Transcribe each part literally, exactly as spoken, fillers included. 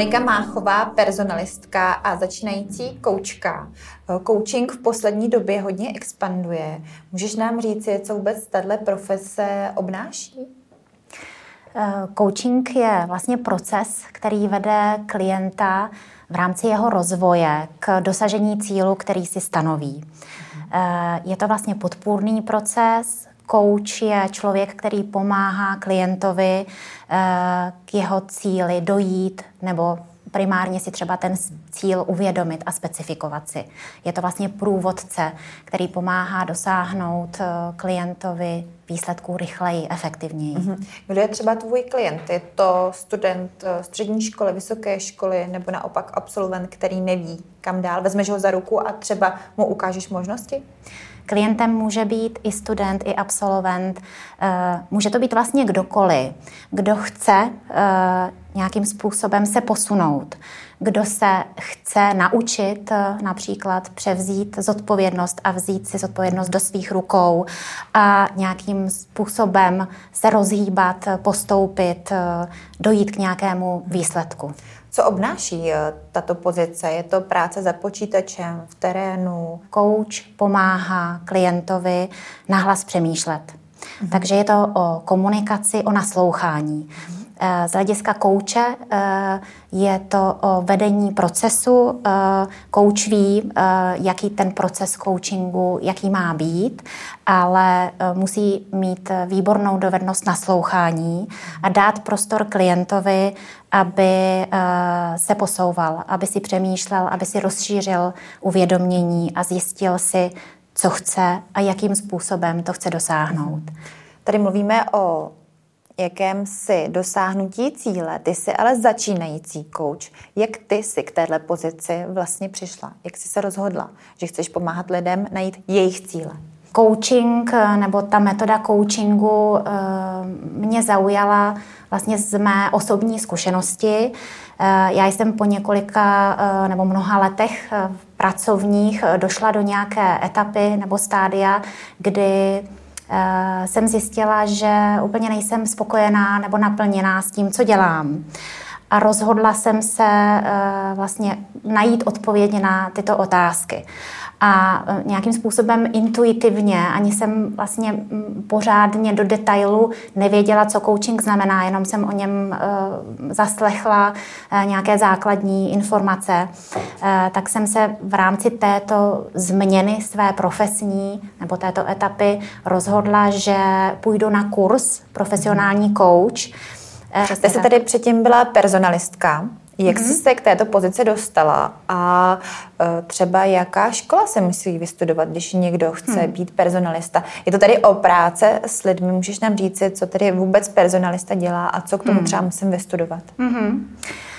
Monika Máchová, personalistka a začínající koučka. Coaching v poslední době hodně expanduje. Můžeš nám říci, co vůbec tato profese obnáší? Coaching je vlastně proces, který vede klienta v rámci jeho rozvoje k dosažení cílu, který si stanoví. Je to vlastně podpůrný proces. Coach je člověk, který pomáhá klientovi k jeho cíli dojít nebo primárně si třeba ten cíl uvědomit a specifikovat si. Je to vlastně průvodce, který pomáhá dosáhnout klientovi výsledků rychleji, efektivněji. Mm-hmm. Kdo je třeba tvůj klient? Je to student střední školy, vysoké školy nebo naopak absolvent, který neví, kam dál? Vezmeš ho za ruku a třeba mu ukážeš možnosti? Klientem může být i student, i absolvent. Může to být vlastně kdokoliv, kdo chce nějakým způsobem se posunout, kdo se chce naučit například převzít zodpovědnost a vzít si zodpovědnost do svých rukou a nějakým způsobem se rozhýbat, postoupit, dojít k nějakému výsledku. Co obnáší tato pozice? Je to práce za počítačem, v terénu? Coach pomáhá klientovi nahlas přemýšlet. Mm-hmm. Takže je to o komunikaci, o naslouchání. Mm-hmm. Z hlediska kouče je to o vedení procesu. Kouč ví, jaký ten proces coachingu, jaký má být, ale musí mít výbornou dovednost naslouchání a dát prostor klientovi, aby se posouval, aby si přemýšlel, aby si rozšířil uvědomění a zjistil si, co chce a jakým způsobem to chce dosáhnout. Tady mluvíme o jakémsi dosáhnutí cíle. Ty jsi ale začínající kouč. Jak ty jsi k téhle pozici vlastně přišla? Jak jsi se rozhodla, že chceš pomáhat lidem najít jejich cíle? Coaching nebo ta metoda coachingu mě zaujala vlastně z mé osobní zkušenosti. Já jsem po několika nebo mnoha letech pracovních došla do nějaké etapy nebo stádia, kdy jsem zjistila, že úplně nejsem spokojená nebo naplněná s tím, co dělám. A rozhodla jsem se vlastně najít odpovědi na tyto otázky. A nějakým způsobem intuitivně, ani jsem vlastně pořádně do detailu nevěděla, co coaching znamená, jenom jsem o něm zaslechla nějaké základní informace. Tak jsem se v rámci této změny své profesní nebo této etapy rozhodla, že půjdu na kurz profesionální coach. Ty jsi tady předtím byla personalistka. Jak jsi se k této pozici dostala a třeba jaká škola se musí vystudovat, když někdo chce hmm. být personalista? Je to tady o práce s lidmi, můžeš nám říct, co tady vůbec personalista dělá a co k tomu hmm. třeba musím vystudovat? Hmm.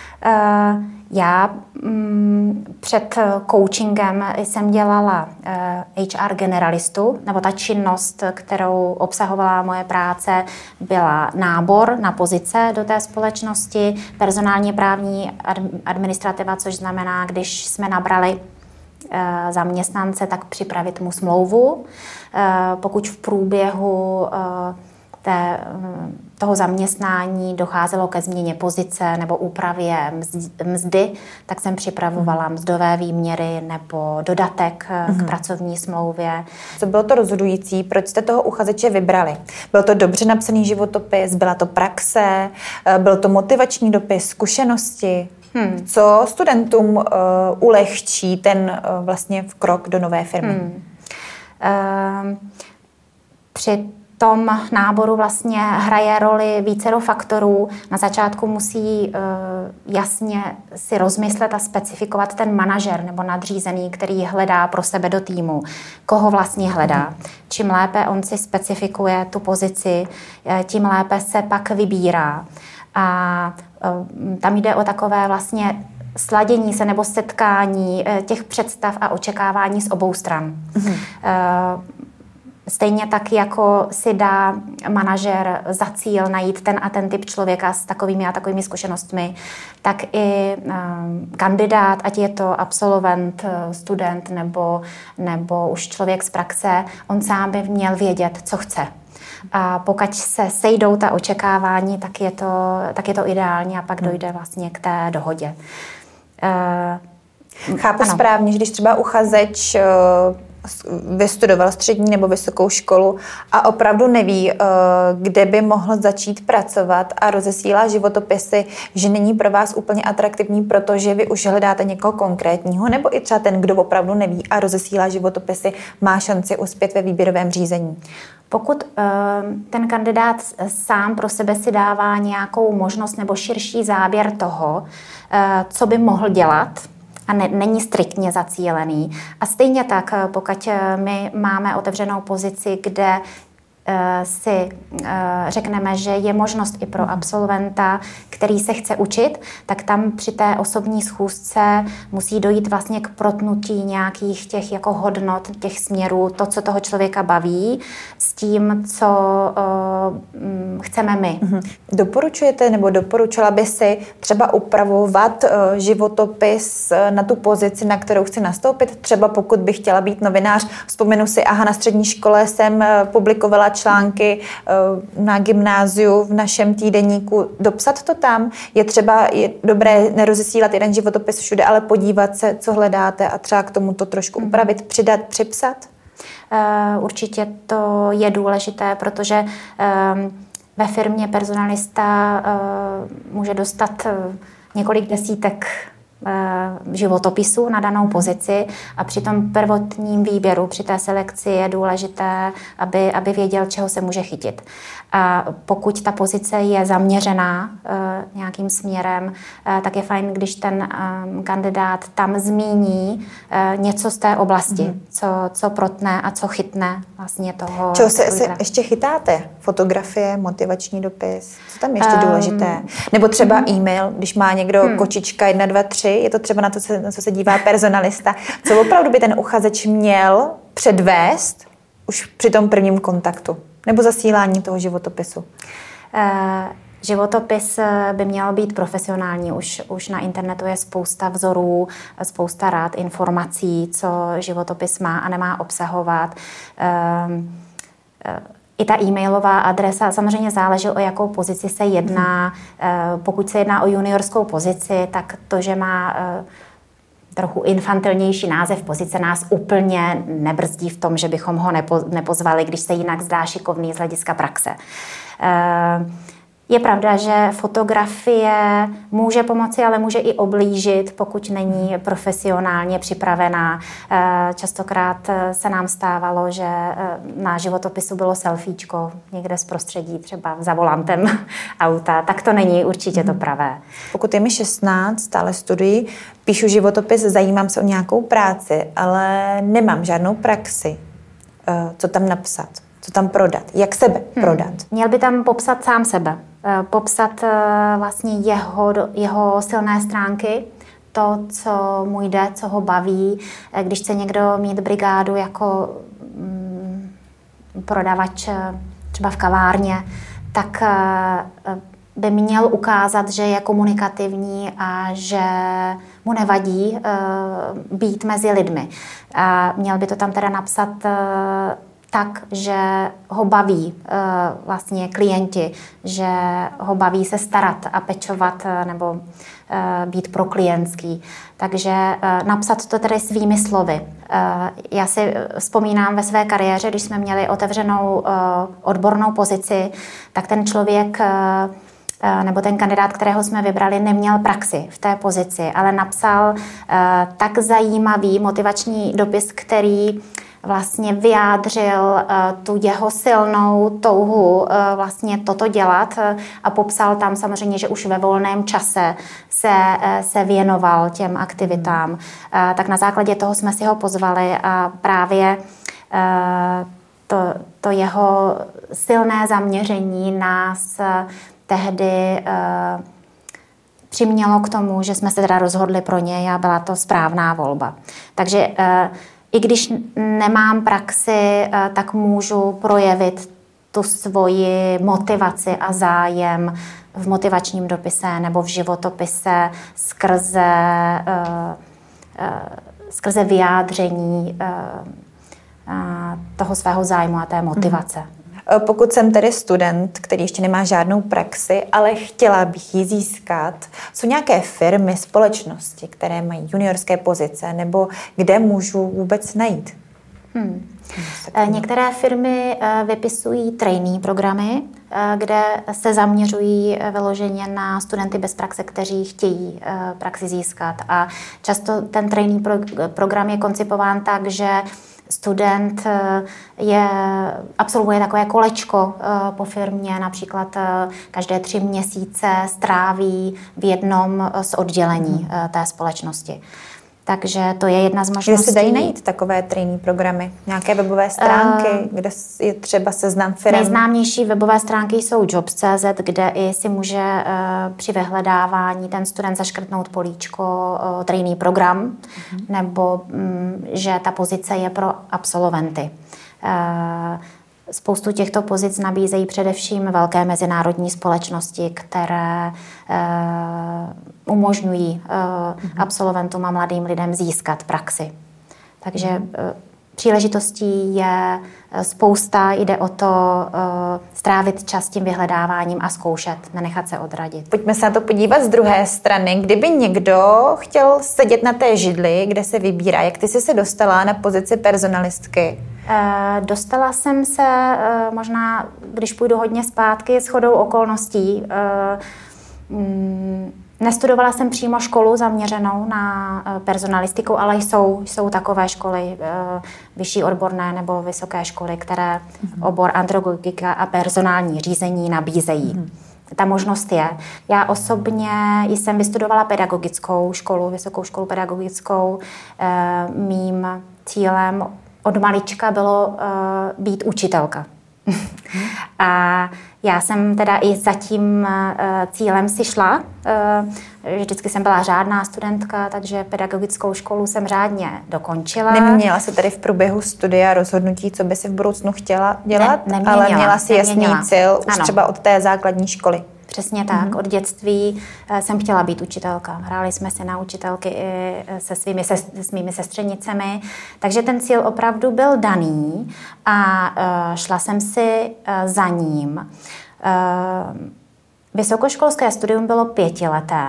Uh, já um, před coachingem jsem dělala uh, H R generalistu, nebo ta činnost, kterou obsahovala moje práce, byla nábor na pozice do té společnosti, personálně právní administrativa, což znamená, když jsme nabrali uh, zaměstnance, tak připravit mu smlouvu. Uh, pokud v průběhu uh, té, toho zaměstnání docházelo ke změně pozice nebo úpravě mzdy, tak jsem připravovala mzdové výměry nebo dodatek mm-hmm. k pracovní smlouvě. Co bylo to rozhodující? Proč jste toho uchazeče vybrali? Byl to dobře napsaný životopis? Byla to praxe? Byl to motivační dopis? Zkušenosti? Hmm. Co studentům uh, ulehčí ten uh, vlastně krok do nové firmy? Hmm. Uh, při V tom náboru vlastně hraje roli vícero faktorů. Na začátku musí uh, jasně si rozmyslet a specifikovat ten manažer nebo nadřízený, který hledá pro sebe do týmu. Koho vlastně hledá. Čím lépe on si specifikuje tu pozici, tím lépe se pak vybírá. A uh, tam jde o takové vlastně sladění se nebo setkání uh, těch představ a očekávání z obou stran. Mm-hmm. Uh, Stejně tak, jako si dá manažer za cíl najít ten a ten typ člověka s takovými a takovými zkušenostmi, tak i um, kandidát, ať je to absolvent, student nebo, nebo už člověk z praxe, on sám by měl vědět, co chce. A pokud se sejdou ta očekávání, tak je to, tak je to ideální a pak hmm. dojde vlastně k té dohodě. Uh, Chápu ano. správně, že když třeba uchazeč uh, vystudoval střední nebo vysokou školu a opravdu neví, kde by mohl začít pracovat a rozesílá životopisy, že není pro vás úplně atraktivní, protože vy už hledáte někoho konkrétního, nebo i třeba ten, kdo opravdu neví a rozesílá životopisy, má šanci uspět ve výběrovém řízení? Pokud ten kandidát sám pro sebe si dává nějakou možnost nebo širší záběr toho, co by mohl dělat, a ne, není striktně zacílený. A stejně tak, pokud my máme otevřenou pozici, kde si řekneme, že je možnost i pro absolventa, který se chce učit, tak tam při té osobní schůzce musí dojít vlastně k protnutí nějakých těch jako hodnot, těch směrů, to, co toho člověka baví, s tím, co uh, chceme my. Doporučujete nebo doporučila by si třeba upravovat uh, životopis na tu pozici, na kterou chci nastoupit? Třeba pokud bych chtěla být novinář, vzpomenu si, aha, na střední škole jsem uh, publikovala články na gymnáziu v našem týdeníku, dopsat to tam. Je třeba je dobré nerozesílat jeden životopis všude, ale podívat se, co hledáte a třeba k tomu to trošku upravit, přidat, připsat? Určitě to je důležité, protože ve firmě personalista může dostat několik desítek životopisů na danou pozici a při tom prvotním výběru, při té selekci je důležité, aby, aby věděl, čeho se může chytit. A pokud ta pozice je zaměřená uh, nějakým směrem, uh, tak je fajn, když ten um, kandidát tam zmíní uh, něco z té oblasti, mm-hmm. co, co protne a co chytne vlastně toho. Čeho se, se ještě chytáte? Fotografie, motivační dopis? Co tam ještě um, důležité? Nebo třeba mm, e-mail, když má někdo hmm. kočička jedna, dva, tři, je to třeba na to, na co se dívá personalista. Co opravdu by ten uchazeč měl předvést už při tom prvním kontaktu? Nebo zasílání toho životopisu? Uh, životopis by měl být profesionální. Už, už na internetu je spousta vzorů, spousta rád, informací, co životopis má a nemá obsahovat. Uh, uh, I ta e-mailová adresa, samozřejmě záleží, o jakou pozici se jedná. Uh, pokud se jedná o juniorskou pozici, tak to, že má uh, trochu infantilnější název pozice, nás úplně nebrzdí v tom, že bychom ho nepo, nepozvali, když se jinak zdá šikovný z hlediska praxe. Je pravda, že fotografie může pomoci, ale může i oblížit, pokud není profesionálně připravená. Častokrát se nám stávalo, že na životopisu bylo selfiečko někde z prostředí, třeba za volantem auta. Tak to není určitě to pravé. Pokud je mi šestnáct, stále studuji, píšu životopis, zajímám se o nějakou práci, ale nemám žádnou praxi. Co tam napsat? Co tam prodat? Jak sebe hmm. prodat? Měl by tam popsat sám sebe. Popsat vlastně jeho, jeho silné stránky, to, co mu jde, co ho baví. Když chce někdo mít brigádu jako mm, prodavač třeba v kavárně, tak by měl ukázat, že je komunikativní a že mu nevadí být mezi lidmi. A měl by to tam teda napsat tak, že ho baví e, vlastně klienti, že ho baví se starat a pečovat nebo e, být pro klientský. Takže e, napsat to tedy svými slovy. E, já si vzpomínám ve své kariéře, když jsme měli otevřenou e, odbornou pozici, tak ten člověk e, nebo ten kandidát, kterého jsme vybrali, neměl praxi v té pozici, ale napsal e, tak zajímavý motivační dopis, který vlastně vyjádřil uh, tu jeho silnou touhu uh, vlastně toto dělat uh, a popsal tam samozřejmě, že už ve volném čase se, uh, se věnoval těm aktivitám. Uh, tak na základě toho jsme si ho pozvali a právě uh, to, to jeho silné zaměření nás uh, tehdy uh, přimělo k tomu, že jsme se teda rozhodli pro něj a byla to správná volba. Takže uh, i když nemám praxi, tak můžu projevit tu svoji motivaci a zájem v motivačním dopise nebo v životopise skrze, skrze vyjádření toho svého zájmu a té motivace. Pokud jsem tedy student, který ještě nemá žádnou praxi, ale chtěla bych ji získat, jsou nějaké firmy, společnosti, které mají juniorské pozice, nebo kde můžu vůbec najít? Hmm. Některé firmy vypisují trainee programy, kde se zaměřují vyloženě na studenty bez praxe, kteří chtějí praxi získat. A často ten trainee program je koncipován tak, že student je, absolvuje takové kolečko po firmě, například každé tři měsíce stráví v jednom z oddělení té společnosti. Takže to je jedna z možností. Kde se dají najít takové trainee programy? Nějaké webové stránky, uh, kde je třeba seznam firem? Nejznámější webové stránky jsou jobs tečka cé zet, kde i si může uh, při vyhledávání ten student zaškrtnout políčko uh, trainee program, uh-huh. nebo um, že ta pozice je pro absolventy. Uh, Spoustu těchto pozic nabízejí především velké mezinárodní společnosti, které e, umožňují e, mm-hmm. absolventům a mladým lidem získat praxi. Takže e, příležitostí je spousta, jde o to e, strávit čas tím vyhledáváním a zkoušet, nenechat se odradit. Pojďme se na to podívat z druhé strany. Kdyby někdo chtěl sedět na té židli, kde se vybírá, jak ty jsi se dostala na pozici personalistky? Dostala jsem se, možná, když půjdu hodně zpátky, shodou okolností. Nestudovala jsem přímo školu zaměřenou na personalistiku, ale jsou, jsou takové školy, vyšší odborné nebo vysoké školy, které obor andragogika a personální řízení nabízejí. Ta možnost je. Já osobně jsem vystudovala pedagogickou školu, vysokou školu pedagogickou. Mým cílem od malička bylo uh, být učitelka. A já jsem teda i za tím uh, cílem si šla. Uh, vždycky jsem byla řádná studentka, takže pedagogickou školu jsem řádně dokončila. Neměla se tady v průběhu studia rozhodnutí, co by si v budoucnu chtěla dělat, ne, ale měla si jasný neměla. cíl už Ano. třeba od té základní školy. Přesně tak. Mm-hmm. Od dětství jsem chtěla být učitelka. Hráli jsme si na učitelky i se svými, se, s mými sestřenicemi. Takže ten cíl opravdu byl daný a uh, šla jsem si uh, za ním. Uh, vysokoškolské studium bylo pětileté.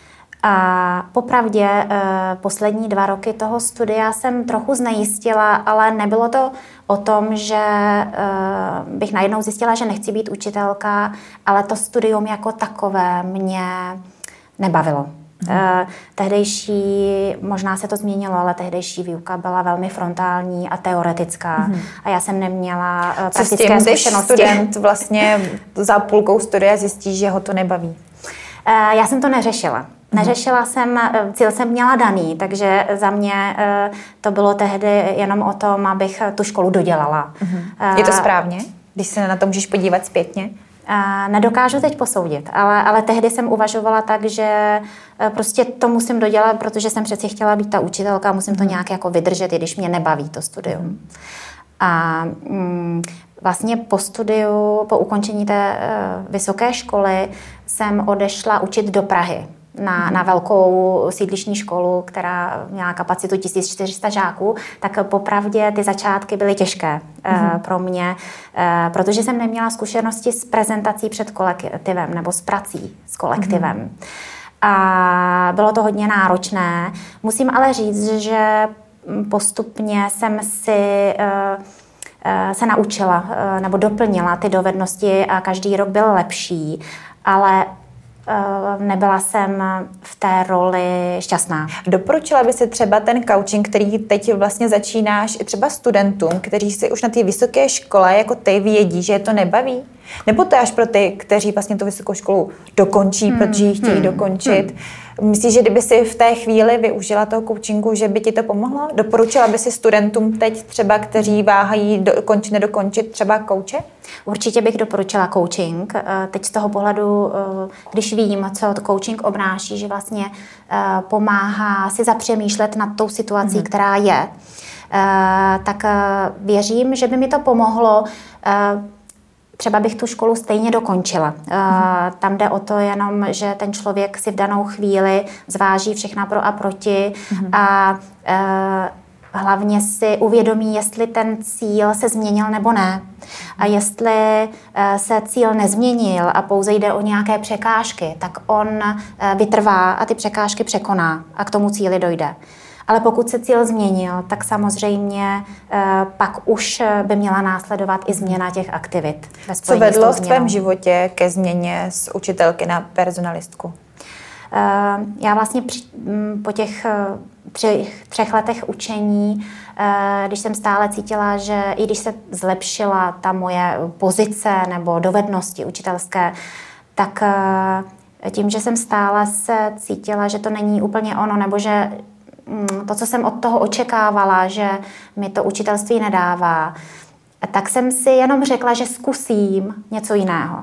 A popravdě poslední dva roky toho studia jsem trochu znejistila, ale nebylo to o tom, že bych najednou zjistila, že nechci být učitelka, ale to studium jako takové mě nebavilo. Hmm. Tehdejší, možná se to změnilo, ale tehdejší výuka byla velmi frontální a teoretická. Hmm. A já jsem neměla praktické zkušenosti. Student vlastně za půlkou studia zjistí, že ho to nebaví. Já jsem to neřešila. Neřešila jsem, cíl jsem měla daný, takže za mě to bylo tehdy jenom o tom, abych tu školu dodělala. Uh-huh. Je to správně, když se na to můžeš podívat zpětně? Nedokážu teď posoudit, ale, ale tehdy jsem uvažovala tak, že prostě to musím dodělat, protože jsem přeci chtěla být ta učitelka, musím to nějak jako vydržet, i když mě nebaví to studium. Uh-huh. A mm, vlastně po studiu, po ukončení té uh, vysoké školy jsem odešla učit do Prahy. Na, na velkou sídlišní školu, která měla kapacitu tisíc čtyři sta žáků, tak popravdě ty začátky byly těžké mm-hmm. uh, pro mě, uh, protože jsem neměla zkušenosti s prezentací před kolektivem nebo s prací s kolektivem. Mm-hmm. A bylo to hodně náročné. Musím ale říct, že postupně jsem si uh, uh, se naučila uh, nebo doplnila ty dovednosti a každý rok byl lepší, ale nebyla jsem v té roli šťastná. Doporučila by si třeba ten coaching, který teď vlastně začínáš i třeba studentům, kteří si už na té vysoké škole jako ty vědí, že je to nebaví? Nebo to je až pro ty, kteří vlastně tu vysokou školu dokončí, hmm. protože ji chtějí hmm. dokončit? Hmm. Myslíš, že kdyby si v té chvíli využila toho coachingu, že by ti to pomohlo? Doporučila by si studentům teď třeba, kteří váhají dokončit, nedokončit, třeba kouče? Určitě bych doporučila coaching. Teď z toho pohledu, když vím, co coaching obnáší, že vlastně pomáhá si zapřemýšlet nad tou situací, hmm. která je, tak věřím, že by mi to pomohlo. Třeba bych tu školu stejně dokončila. Mm. Tam jde o to jenom, že ten člověk si v danou chvíli zváží všechna pro a proti mm. a hlavně si uvědomí, jestli ten cíl se změnil nebo ne. A jestli se cíl nezměnil a pouze jde o nějaké překážky, tak on vytrvá a ty překážky překoná a k tomu cíli dojde. Ale pokud se cíl změnil, tak samozřejmě pak už by měla následovat i změna těch aktivit. Co vedlo v tvém životě ke změně z učitelky na personalistku? Já vlastně po těch třech, třech letech učení, když jsem stále cítila, že i když se zlepšila ta moje pozice nebo dovednosti učitelské, tak tím, že jsem stále se cítila, že to není úplně ono, nebo že to, co jsem od toho očekávala, že mi to učitelství nedává, tak jsem si jenom řekla, že zkusím něco jiného.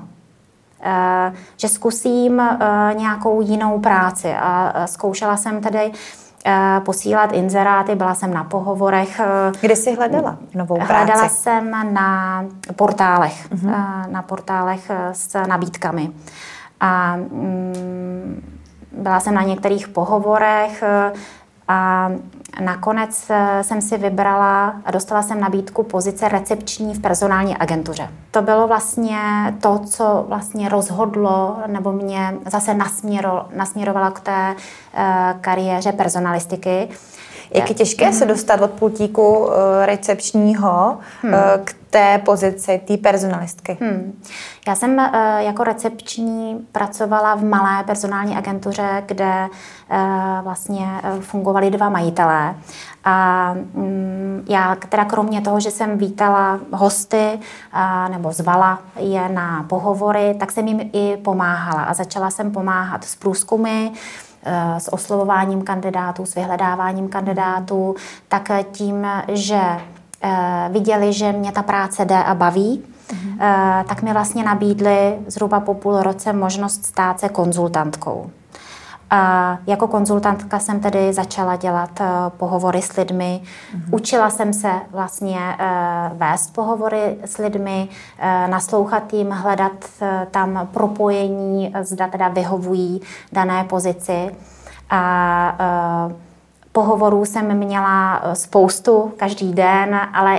Že zkusím nějakou jinou práci a zkoušela jsem tedy posílat inzeráty, byla jsem na pohovorech. Kde jsi hledala novou práci? Hledala jsem na portálech, uh-huh. na portálech s nabídkami. A mm, byla jsem na některých pohovorech a nakonec jsem si vybrala a dostala jsem nabídku pozice recepční v personální agentuře. To bylo vlastně to, co vlastně rozhodlo nebo mě zase nasměro, nasměrovalo k té uh, kariéře personalistiky. Jak je těžké se dostat od pultíku uh, recepčního hmm. uh, k té pozici, té personalistky? Hmm. Já jsem uh, jako recepční pracovala v malé personální agentuře, kde uh, vlastně uh, fungovali dva majitelé. A um, já teda kromě toho, že jsem vítala hosty uh, nebo zvala je na pohovory, tak jsem jim i pomáhala. A začala jsem pomáhat s průzkumy, s oslovováním kandidátů, s vyhledáváním kandidátů, tak tím, že viděli, že mě ta práce jde a baví, mhm. tak mi vlastně nabídli zhruba po půl roce možnost stát se konzultantkou. A jako konzultantka jsem tedy začala dělat pohovory s lidmi. Mhm. Učila jsem se vlastně vést pohovory s lidmi, naslouchat jim, hledat tam propojení, zda teda vyhovují dané pozici. A pohovorů jsem měla spoustu každý den, ale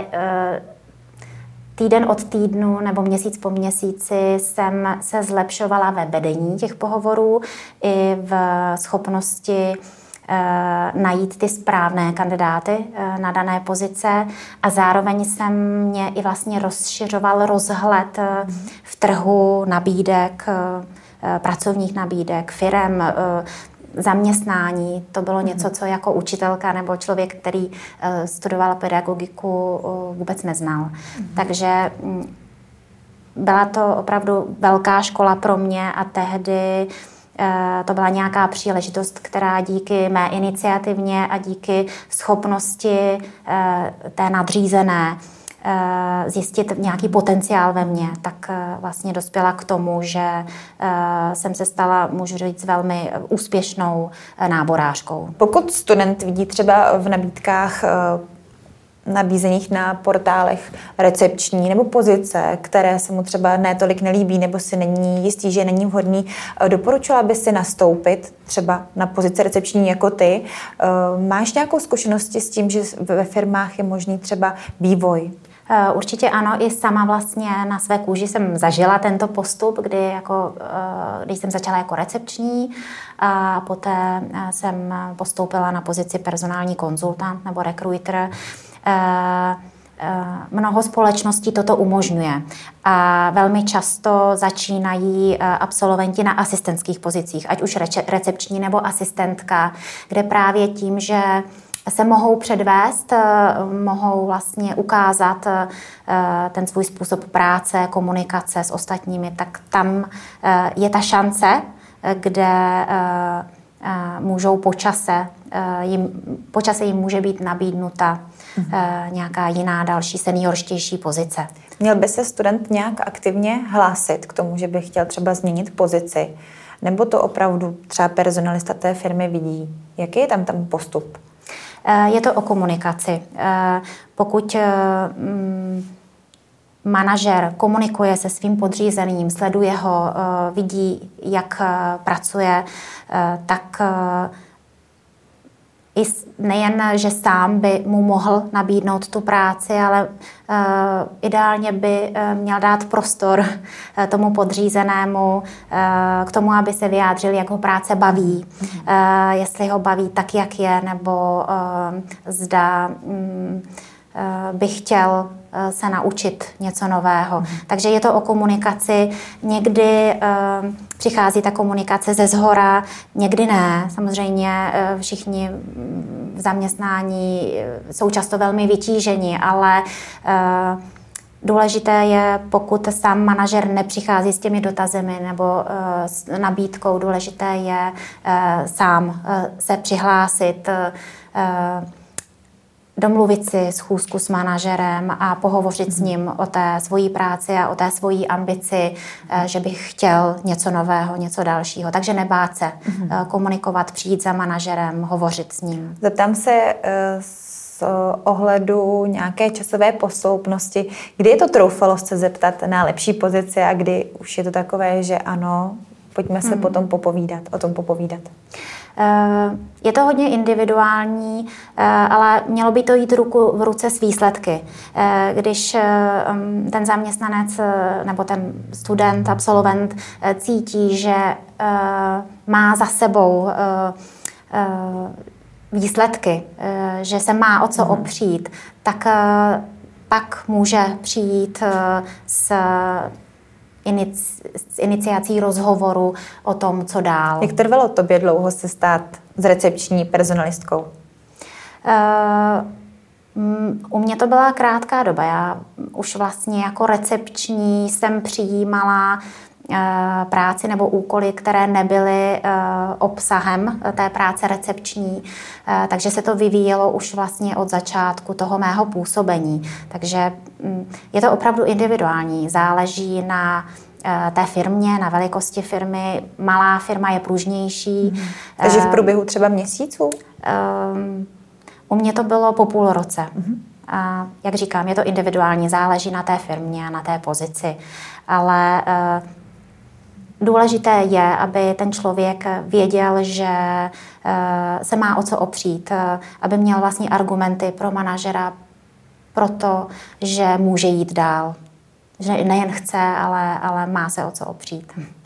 týden od týdnu nebo měsíc po měsíci jsem se zlepšovala ve vedení těch pohovorů i v schopnosti e, najít ty správné kandidáty e, na dané pozice a zároveň jsem mě i vlastně rozšiřoval rozhled e, v trhu nabídek, e, pracovních nabídek, firem, e, zaměstnání. To bylo něco, co jako učitelka nebo člověk, který uh, studoval pedagogiku, uh, vůbec neznal. Mm-hmm. Takže um, byla to opravdu velká škola pro mě a tehdy uh, to byla nějaká příležitost, která díky mé iniciativně a díky schopnosti uh, té nadřízené zjistit nějaký potenciál ve mně, tak vlastně dospěla k tomu, že jsem se stala, můžu říct, velmi úspěšnou náborářkou. Pokud student vidí třeba v nabídkách nabízených na portálech recepční nebo pozice, které se mu třeba ne tolik nelíbí nebo si není jistý, že není vhodný, doporučila by si nastoupit třeba na pozici recepční jako ty. Máš nějakou zkušenosti s tím, že ve firmách je možný třeba vývoj? Určitě ano, i sama vlastně na své kůži jsem zažila tento postup, kdy jako, když jsem začala jako recepční a poté jsem postoupila na pozici personální konzultant nebo recruiter. Mnoho společností toto umožňuje a velmi často začínají absolventi na asistentských pozicích, ať už recepční nebo asistentka, kde právě tím, že se mohou předvést, mohou vlastně ukázat ten svůj způsob práce, komunikace s ostatními, tak tam je ta šance, kde můžou po čase, jim, po čase jim může být nabídnuta mm-hmm. nějaká jiná další seniorštější pozice. Měl by se student nějak aktivně hlásit k tomu, že by chtěl třeba změnit pozici? Nebo to opravdu třeba personalista té firmy vidí? Jaký je tam tam postup? Je to o komunikaci. Pokud manažer komunikuje se svým podřízeným, sleduje ho, vidí, jak pracuje, tak i nejen, že sám by mu mohl nabídnout tu práci, ale uh, ideálně by uh, měl dát prostor uh, tomu podřízenému uh, k tomu, aby se vyjádřil, jak ho práce baví, uh, jestli ho baví tak, jak je, nebo uh, zda um, uh, by chtěl uh, se naučit něco nového. Mm. Takže je to o komunikaci. Někdy uh, přichází ta komunikace ze zhora, někdy ne. Samozřejmě uh, všichni v zaměstnání jsou často velmi vytíženi, ale uh, důležité je, pokud sám manažer nepřichází s těmi dotazemi nebo uh, s nabídkou, důležité je uh, sám uh, se přihlásit, uh, domluvit si schůzku s manažerem a pohovořit s ním o té svojí práci a o té svojí ambici, že bych chtěl něco nového, něco dalšího. Takže nebát se mm-hmm. komunikovat, přijít za manažerem, hovořit s ním. Zeptám se z ohledu nějaké časové posloupnosti, kdy je to troufalost se zeptat na lepší pozici a kdy už je to takové, že ano, pojďme se mm-hmm. potom popovídat, o tom popovídat. Je to hodně individuální, ale mělo by to jít ruku v ruce s výsledky. Když ten zaměstnanec nebo ten student, absolvent cítí, že má za sebou výsledky, že se má o co opřít, tak pak může přijít s s iniciací rozhovoru o tom, co dál. Jak trvalo tobě dlouho se stát s recepční personalistkou? Uh, u mě to byla krátká doba. Já už vlastně jako recepční jsem přijímala uh, práci nebo úkoly, které nebyly uh, obsahem té práce recepční, uh, takže se to vyvíjelo už vlastně od začátku toho mého působení. Takže um, je to opravdu individuální, záleží na uh, té firmě, na velikosti firmy. Malá firma je pružnější. Hmm. Takže v průběhu třeba měsíců? Um, u mě to bylo po půl roce. Hmm. A jak říkám, je to individuální, záleží na té firmě a na té pozici. Ale uh, důležité je, aby ten člověk věděl, že se má o co opřít, aby měl vlastně argumenty pro manažera, proto, že může jít dál. Že nejen chce, ale, ale má se o co opřít.